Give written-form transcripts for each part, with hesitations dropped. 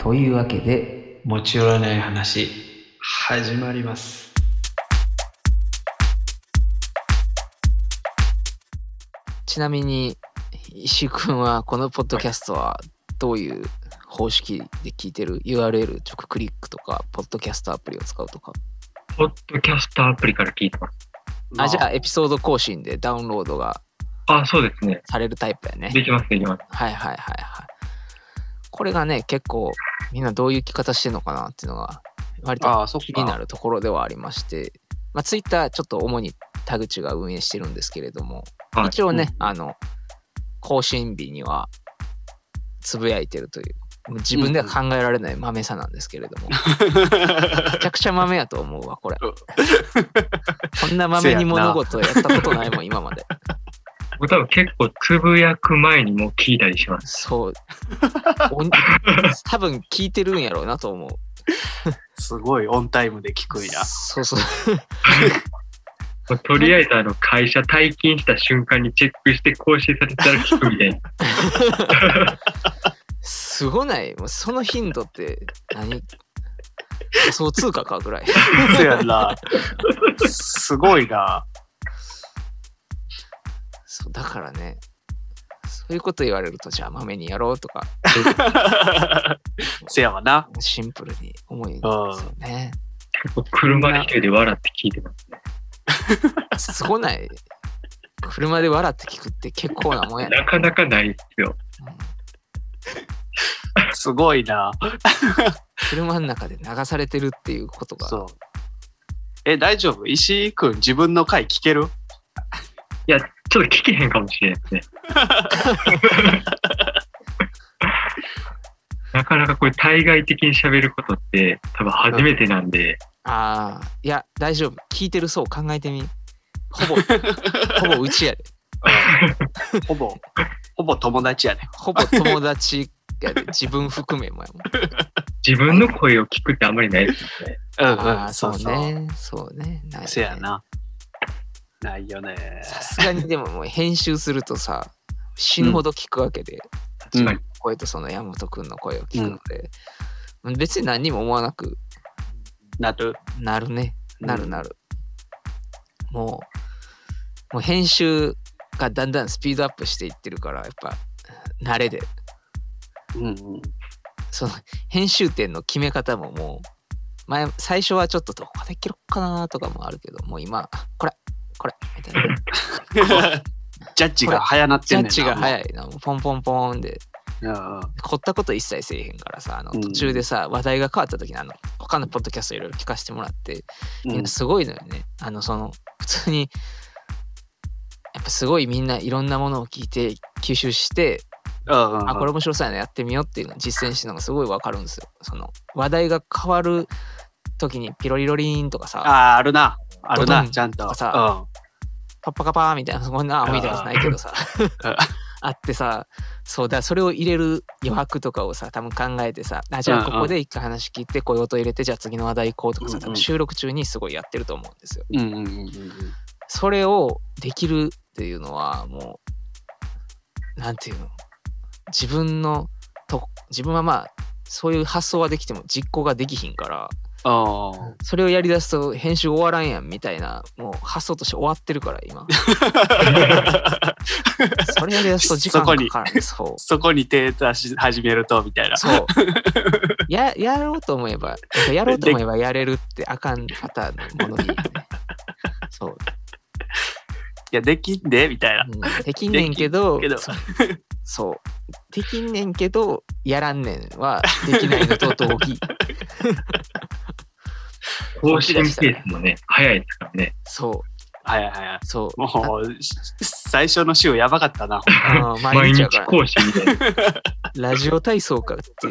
というわけで持ち寄らない話始まります。 ちなみに石井くんはこのポッドキャストはどういう方式で聞いてる？ URL 直クリックとかポッドキャストアプリを使うとか？ ポッドキャストアプリから聞いてます。 じゃあエピソード更新でダウンロードがそうですね。 されるタイプやね。 できます。 はい。これがね、結構みんなどういう聞き方してるのかなっていうのが割と気になるところではありまして、ツイッターちょっと主に田口が運営してるんですけれども、一応ね、更新日にはつぶやいてるという、自分では考えられない豆さなんですけれども、めちゃくちゃ豆やと思うわ、これ。こんな豆に物事をやったことないもん、今まで。 僕多分結構つぶやく前にもう聞いたりします。 そう。多分聞いてるんやろうなと思う。 すごいオンタイムで聞くんや。 そう。 とりあえず会社退勤した瞬間にチェックして更新されたら聞くみたいな。 すごない？もうその頻度って何？仮想通貨かぐらい。 そうやな。すごいな。 そうだからね、そういうこと言われるとじゃあ豆にやろうとかせやわな。 シンプルに思うんですよね。 結構車で一人で笑って聞いてますね。 すごない？車で笑って聞くって結構なもんやね。 なかなかないですよ。 すごいな。 車の中で流されてるっていうことが。 そう。大丈夫？石井くん自分の回聞ける？ いや、ちょっと聞けへんかもしれないですね。なかなかこれ対外的に喋ることって多分初めてなんで。 いや、大丈夫。聞いてるそう考えてみ。ほぼうちやで。 ほぼ友達やで。 ほぼ友達やで。自分含めもやもん。 自分の声を聞くってあんまりないですね。 そうね。そうね。ないね。 せやな。ないよね。 さすがにでももう編集するとさ、死ぬほど聞くわけで、声とその山本くんの声を聞くので、別に何にも思わなくなるね。なる。もう編集がだんだんスピードアップしていってるから、やっぱ慣れで、その編集点の決め方ももう最初はちょっとどこで切ろっかなとかもあるけど、もう今これみたいな。 ジャッジが早なってんねんな。 ジャッジが早いな。ポンポンポンで。凝ったこと一切せえへんからさ、途中でさ、話題が変わった時に他のポッドキャストいろいろ聞かせてもらって、すごいのよね。普通にやっぱすごいみんないろんなものを聞いて吸収して、これ面白そうやな、やってみようっていうのを実践してるのがすごいわかるんですよ。その話題が変わる時にピロリロリーンとかさ、 あるなちゃんとさ、パッパカパーみたいな、そんなみたいなやつないけどさあってさ、そうだ、それを入れる余白とかをさ多分考えてさ、じゃあここで一回話聞いてこういう音入れて、じゃあ次の話題行こうとかさ、多分収録中にすごいやってると思うんですよ。それをできるっていうのはもうなんていうの、自分はそういう発想はできても実行ができひんから、それをやりだすと編集終わらんやんみたいな、もう発想として終わってるから今。それやりだすと時間かかる。 そこに手出し始めるとみたいな。 そうやろうと思えばやれるってあかんパターンのものに、ね、そう。 いやできんでみたいな。 できんねんけどそうできんねんけどやらんねんはできないのと同義。 更新ペースもね早いですからね。 そう。 早い。 そう。 もう最初の週やばかったな。 毎日更新みたいな。 ラジオ体操かっていう。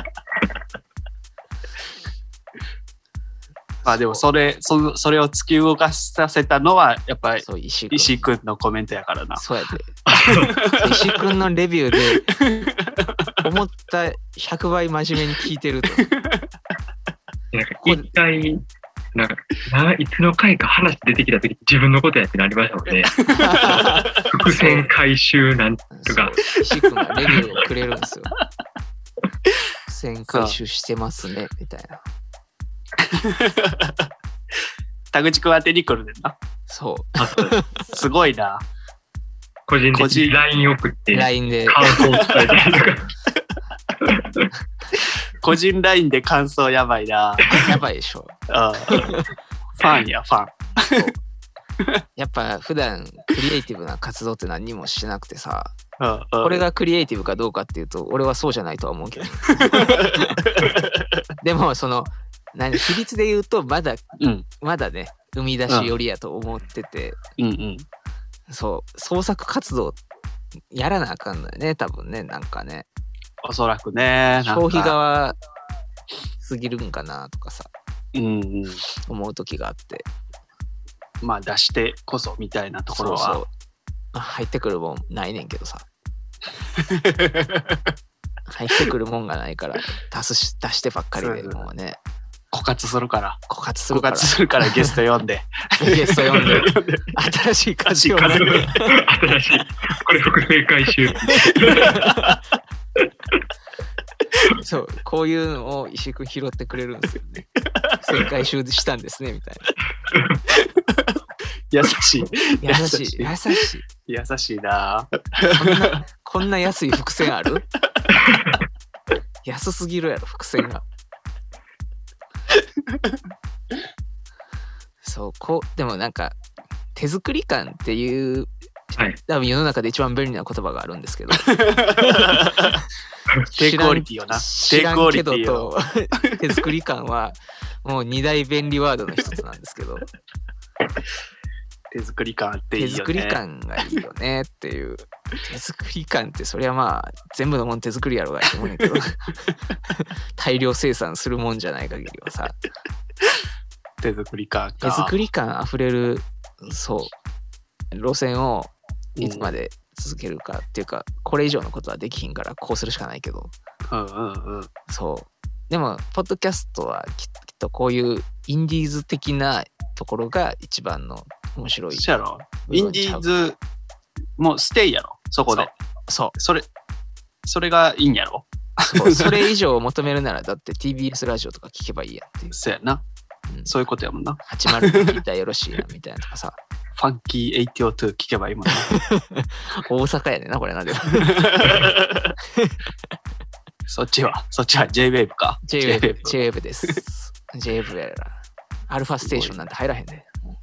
でもそれを突き動かさせたのはやっぱり石井くんのコメントやからな。 そうやで。石井くんのレビューで思った100倍真面目に聞いてると。 一回いつの回か話出てきた時自分のことやってなりましたもんね。伏線回収なんとか。 石井くんがレビューをくれるんですよ。 線回収してますねみたいな。 田口くん宛てに来るねんな。 そう。 すごいな。 個人的に LINE 送って LINE で感想を伝えたりとか。 個人 LINE で感想やばいな。 やばいでしょ。 ファンやファン。 やっぱ普段クリエイティブな活動って何もしなくてさ、 ここれがクリエイティブかどうかっていうと俺はそうじゃないとは思うけどでもその比率で言うとまだね生み出しよりやと思ってて、そう創作活動やらなあかんのよね多分ねなんかねおそらくね消費側すぎるんかなとかさ、思う時があって、 まあ出してこそみたいなところはそう入ってくるもんないねんけどさ入ってくるもんがないから出してばっかりでもうね枯渇するからゲスト呼んで新しい歌詞を新しいこれ複製回収そうこういうのを石井くん拾ってくれるんですよね正解集したんですねみたいな優しいなこんな安い伏線ある安すぎるやろ伏線がそうでもなんか手作り感っていう、多分世の中で一番便利な言葉があるんですけど低クオリティよな知らんけどと手作り感はもう2大便利ワードの一つなんですけど手作り感っていいよね。 手作り感がいいよねっていう。手作り感ってそりゃまあ全部のもん手作りやろうがいいと思うんだけど大量生産するもんじゃない限りはさ手作り感あふれるそう路線をいつまで続けるかっていうか、これ以上のことはできひんからこうするしかないけど、そうでもポッドキャストはきっとこういうインディーズ的なところが一番の面白い。 そうやろ。インディーズもうステイやろ。そこで。それがいいんやろ。 それ以上求めるならだって TBS ラジオとか聞けばいいやっていう。 そうやな。そういうことやもんな。 80聞いたらよろしいなみたいなとかさ。 ファンキー802聞けばいいもんな。 大阪やねんなこれなんで。 そっちは J-Wave か。 J-Wave です。J-Wave やら。アルファステーションなんて入らへんね。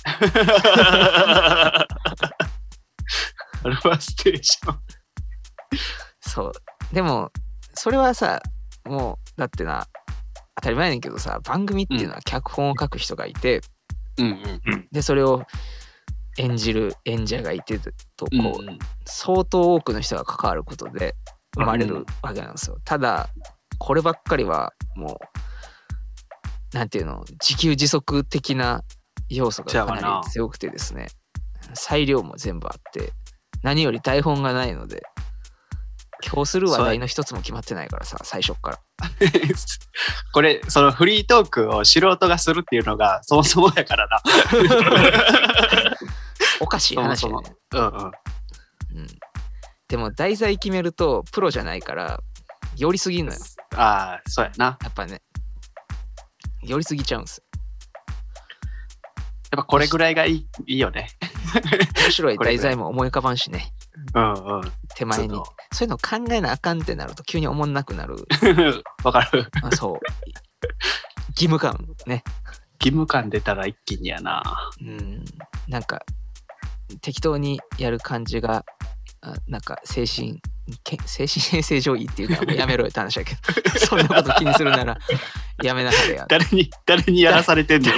アルファステーション。 そう。でも、それはさ、もう、だってな、当たり前やねんけどさ、番組っていうのは脚本を書く人がいて、で、それを演じる演者がいてと、こう、相当多くの人が関わることで生まれるわけなんですよ。ただ、こればっかりは、もう、なんていうの、自給自足的な要素がかなり強くてですね、裁量も全部あって、何より台本がないので、今日する話題の一つも決まってないからさ、最初からこれそのフリートークを素人がするっていうのがそもそもやからなおかしい話だね。でも題材決めるとプロじゃないから寄りすぎんのよ。 ああ、そうやな。 やっぱね、寄りすぎちゃうんです。 やっぱこれぐらいがいいよね。 面白い題材も思い浮かばんしね。手前にそういうの考えなあかんってなると急に思んなくなる。 わかる。 そう。義務感ね。 義務感出たら一気にやな。 なんか適当にやる感じがなんか精神衛生上いいっていうのはもうやめろよって話だけどそんなこと気にするならやめなはれや。 誰にやらされてんねん。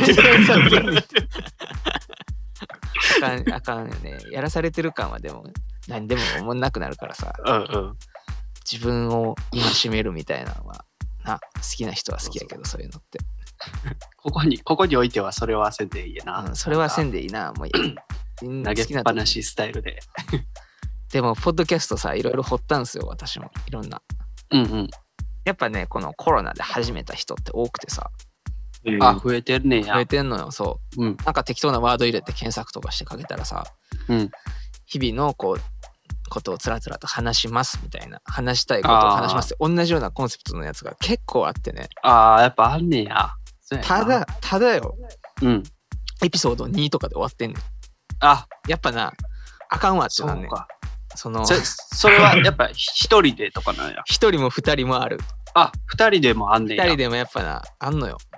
あかんよね。やらされてる感はでも何でも思んなくなるからさ、自分を戒めるみたいなのは好きな人は好きやけど、そういうのってここにおいてはそれはせんでいいやな。 それはせんでいいな。もう投げっぱなしスタイルで。 でもポッドキャストさいろいろ掘ったんですよ私もいろんな。やっぱねこのコロナで始めた人って多くてさ。 増えてんねや。 増えてんのよ。そう、なんか適当なワード入れて検索とかしてかけたらさ、日々のこうことをつらつらと話しますみたいな、話したいことを話しますって同じようなコンセプトのやつが結構あってね。 やっぱあんねや。 ただよ、エピソード2とかで終わってんねん。やっぱなあかんわってなんねん。それはやっぱ一人でとかなんや。 一人も二人もある。 二人でもあんねんや。 二人でもやっぱなあんのよ。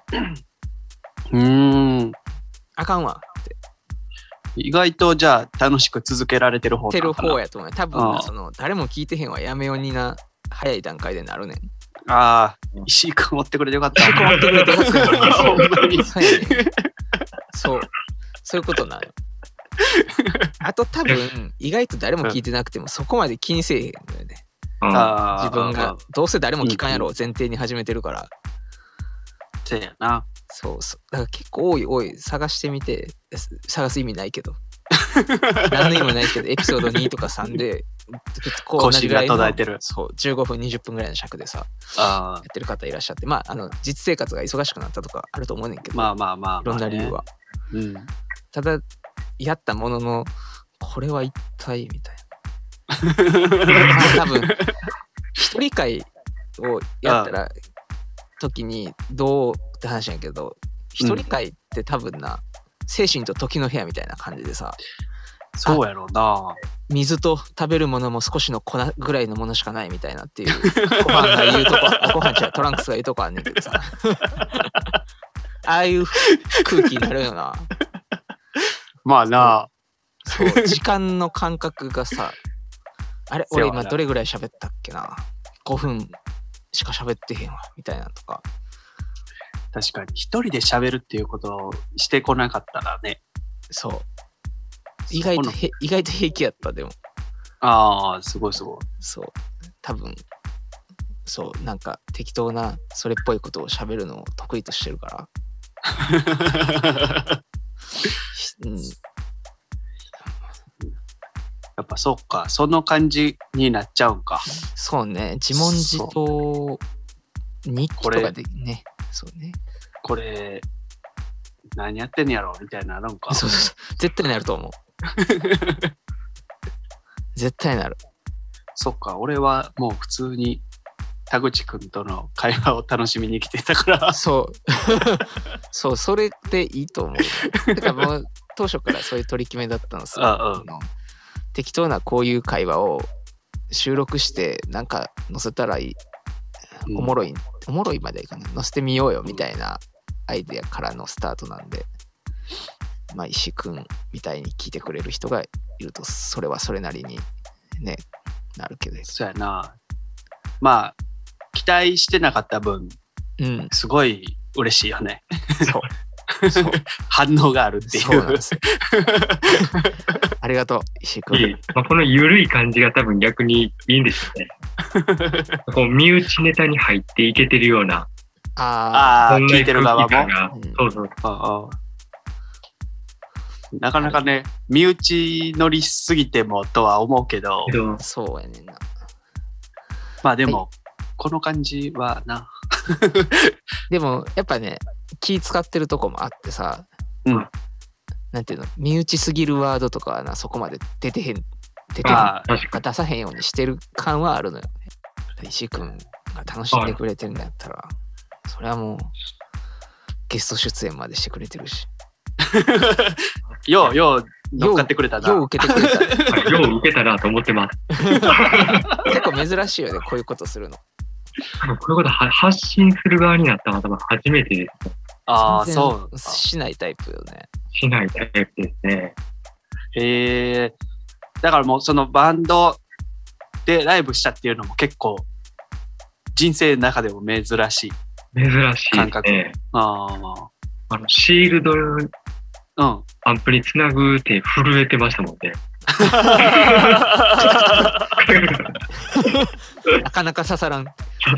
あかんわって。 意外とじゃあ楽しく続けられてる方やと思う。多分な誰も聞いてへんわやめようにな早い段階でなるねん。 石井くん持ってくれてよかった。 石井くん持ってくれてよかった。そういうことなのよ。あと多分意外と誰も聞いてなくてもそこまで気にせえへんのよね。自分がどうせ誰も聞かんやろう前提に始めてるから。 そうやな。 そうだから結構多い探してみて、探す意味ないけど何の意味もないけどエピソード2とか3でこう同じぐらいのそう15分20分ぐらいの尺でさやってる方いらっしゃって、実生活が忙しくなったとかあると思うねんけど、いろんな理由は、ただやったもののこれは一体みたいな多分一人会をやったら時にどうって話やけど、一人会って多分な精神と時の部屋みたいな感じでさ、 そうやろうな。 水と食べるものも少しの粉ぐらいのものしかないみたいなっていうご飯が言うとこご飯じゃトランクスが言うとこあんねんけどさああいう空気になるよな。そう時間の感覚がさ、あれ俺今どれぐらい喋ったっけな、5分しか喋ってへんわみたいなとか。 確かに一人で喋るっていうことをしてこなかったらね。 そう意外と平気やった。でもすごいそう多分そうなんか適当なそれっぽいことを喋るのを得意としてるからやっぱそうか、その感じになっちゃうんか。 そうね、自問自答日記とかでね。そうね。 これ何やってんやろみたいなのか。 そう絶対なると思う絶対なる。 そっか、俺はもう普通に田口くんとの会話を楽しみに来てたからそうそれでいいと思う。だからもう当初からそういう取り決めだったんですよ。適当なこういう会話を収録してなんか載せたらいい、おもろいまでいかない、載せてみようよみたいなアイデアからのスタートなんで、石井くんみたいに聞いてくれる人がいるとそれはそれなりにねなるけど。 そうやな。期待してなかった分、すごい嬉しいよね。そう反応があるっていう。そうなんですよありがとう石井君。 この緩い感じが多分逆にいいんですよね。こう身内ネタに入っていけてるような。 聞いてる側も。 そうなかなかね、身内乗りすぎてもとは思うけど。 そうやねんな。 でも、この感じはな。 でもやっぱね気使ってるとこもあってさ、なんていうの、身内すぎるワードとかはなそこまで出さへんようにしてる感はあるのよね。石井くんが楽しんでくれてるんだったら、それはもうゲスト出演までしてくれてるしよう乗っかってくれたな。 よう受けてくれたよう受けたなと思ってます結構珍しいよねこういうことするの。 こういうこと発信する側になったのは多分初めてです。 そうしないタイプよね。 しないタイプですね。だからもうそのバンドでライブしたっていうのも結構人生の中でも珍しい感覚。 シールドアンプにつなぐ手震えてましたもんねなかなか刺さらん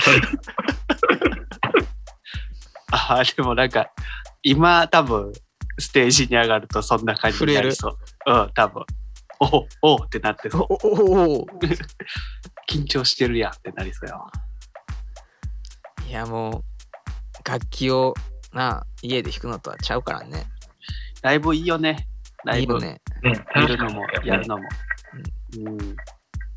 でもなんか今多分ステージに上がるとそんな感じになりそう。多分おってなってそう。緊張してるやんってなりそうやわ。 いやもう楽器を家で弾くのとはちゃうからね。 ライブいいよね。ライブね、 見るのもやるのも。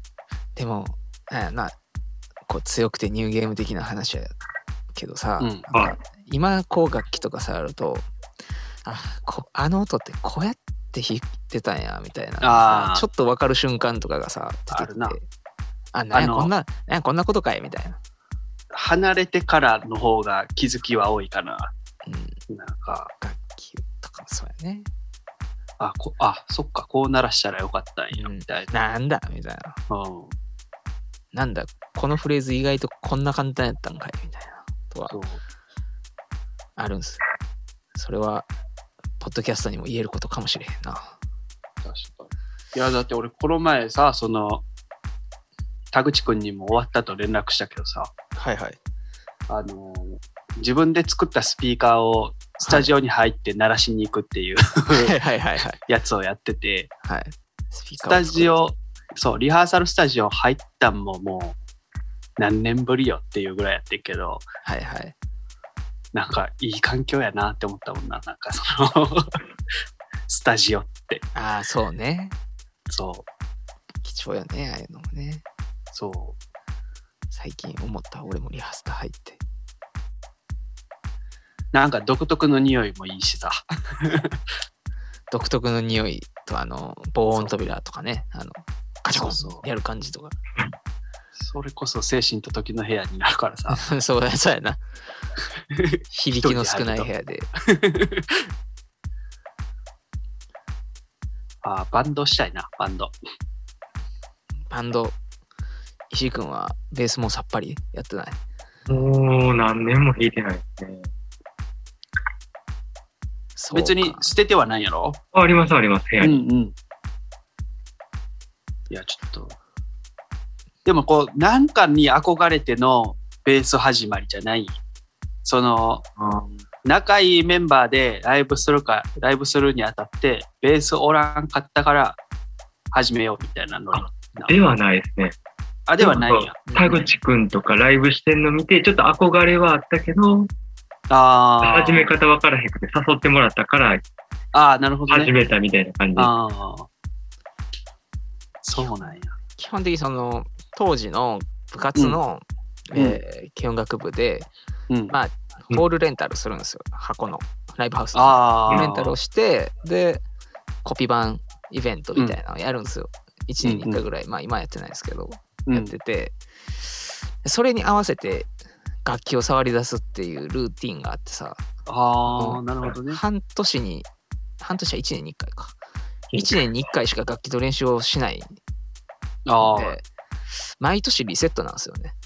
でもこう強くてニューゲーム的な話やけどさ、今こう楽器とか触るとあの音ってこうやって弾いてたんやみたいなちょっと分かる瞬間とかがさ出てきてこんなことかいみたいな。 離れてからの方が気づきは多いかな。なんか楽器とかもそうやね。 そっか、こう鳴らしたらよかったんやみたいな。 なんだみたいな。なんだこのフレーズ意外とこんな簡単やったんかいみたいなとはあるんす。それはポッドキャストにも言えることかもしれへんな。確かに。いやだって俺この前さ、その田口くんにも終わったと連絡したけどさ、 はいはい、 自分で作ったスピーカーをスタジオに入って鳴らしに行くっていうやつをやってて、 はい、 スタジオリハーサルスタジオ入ったんももう何年ぶりよっていうぐらいやってるけど、 はいはい、 なんかいい環境やなって思ったもんな。なんかそのスタジオって。 そうね。 そう貴重やね、ああいうのもね。 そう最近思った。俺もリハーサル入ってなんか独特の匂いもいいしさ独特の匂いと防音扉とかね、ガチャンやる感じとか、 それこそ精神と時の部屋になるからさそうやな響きの少ない部屋でバンドしたいな。バンド石井くんはベースもさっぱりやってない？ もう何年も弾いてないですね。 別に捨ててはないやろ？ あります部屋に。 いやちょっとでもこうなんかに憧れてのベース始まりじゃない。その仲いいメンバーでライブするにあたってベースおらんかったから始めようみたいなのではないですね。 ではないや。 田口くんとかライブしてんの見てちょっと憧れはあったけど、始め方分からへんくて誘ってもらったからなるほどね、 始めたみたいな感じ。 そうなんや。 基本的にその当時の部活の、軽音楽部で、ホールレンタルするんですよ。箱のライブハウスのレンタルをして、でコピー版イベントみたいなのをやるんですよ。1年に1回ぐらい、今やってないですけど、やってて、それに合わせて楽器を触り出すっていうルーティンがあってさ。 なるほどね。 半年は1年に1回か。1年に1回しか楽器と練習をしないので、毎年リセットなんですよね。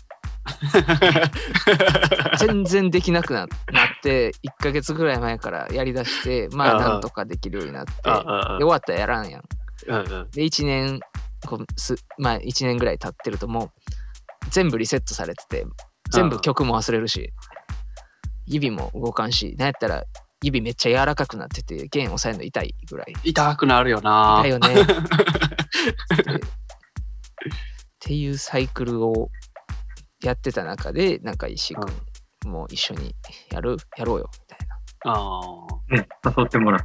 全然できなくなって1ヶ月ぐらい前からやりだしてなんとかできるようになってで終わったらやらんやん。で1年1年ぐらい経ってるともう全部リセットされてて全部曲も忘れるし指も動かんし、なんやったら指めっちゃ柔らかくなってて弦押さえるの痛いぐらい。 痛くなるよな。 痛いよねっていうサイクルをやってた中でなんか石井くんも一緒にやろうよみたいな。誘ってもらって。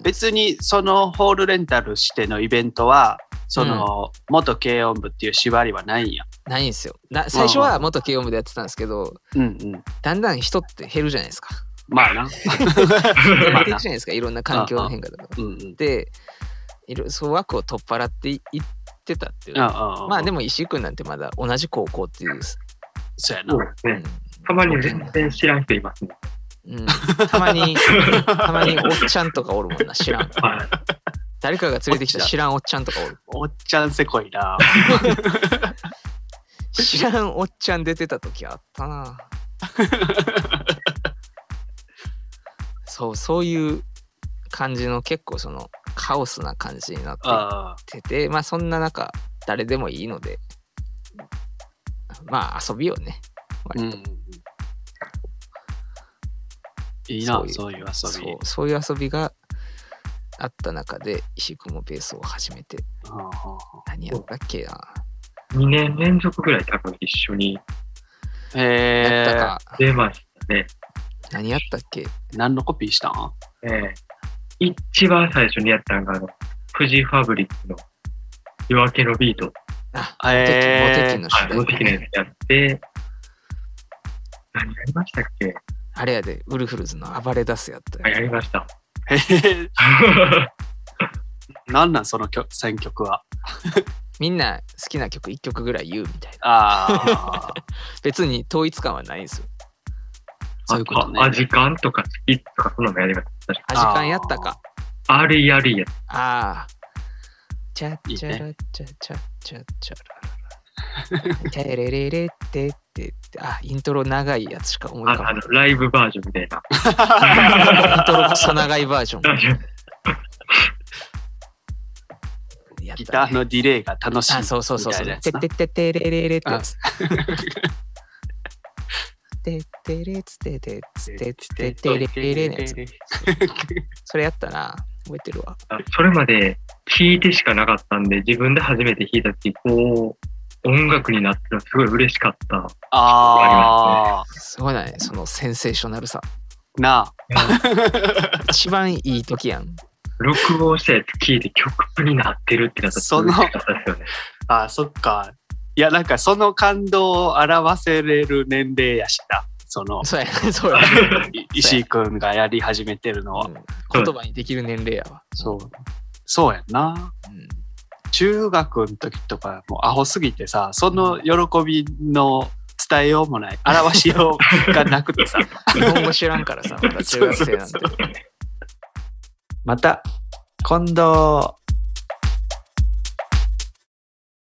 別にそのホールレンタルしてのイベントはその元軽音部っていう縛りはないんや。 ないんですよ。最初は元軽音部でやってたんですけど、だんだん人って減るじゃないですか。 な。 減っていくじゃないですか。いろんな環境の変化とか。で、そう枠を取っ払っていってたっていう。でも石井くんなんてまだ同じ高校っていう。 そうやな。 たまに全然知らん人いますね。 たまにおっちゃんとかおるもんな、知らん。誰かが連れてきた知らんおっちゃんとかおる。 おっちゃんせこいな。 知らんおっちゃん出てた時あったな。そういう感じの結構そのカオスな感じになってて、そんな中誰でもいいので遊びよね割と。 いいな、そういう遊び。 そういう遊びがあった中で石井くんもベースを始めて、何やったっけな。 2年連続ぐらい多分一緒にやったか。 出ましたね。 何やったっけ。 何のコピーしたん？ 一番最初にやったのがフジファブリックの夜明けのビート。 モテキの主題歌。 モテキのやつやって、何やりましたっけ？ あれやで、ウルフルズの暴れ出すやったよ。 やりました。 なんなんその選曲は。 みんな好きな曲1曲ぐらい言うみたいな。別に統一感はないんですよ。 そういうことね。アジカンとか好きとかそんなのやりました。 アジカンやったか。 あるやるや。 ああ。チャッチャラッチャチャッチャッチャラララ。チャレレレってって。イントロ長いやつしか思い浮かばない。 ライブバージョンみたいな。 イントロクソ長いバージョン。 ギターのディレイが楽しいみたいなやつな。 そう。てってってってれれれってやつ。てってれつててつてつててれれれのやつ。それやったな。覚えてるわ。 それまで聴いてしかなかったんで、自分で初めて弾いた時、こう、音楽になってすごい嬉しかった。 すごいね、そのセンセーショナルさ。 なあ。 一番いい時やん。 録音したやつ聞いて曲になってるってなったらすごい嬉しかったですよね。 そっか。いや、なんかその感動を表せれる年齢やしな。 そうやね。 石井くんがやり始めてるのは。 言葉にできる年齢やわ。 そうやんな。中学の時とかもうアホすぎてさ、その喜びの伝えようもない、表しようがなくてさ。 日本語知らんからさ、まだ中学生なんて。 また、今度。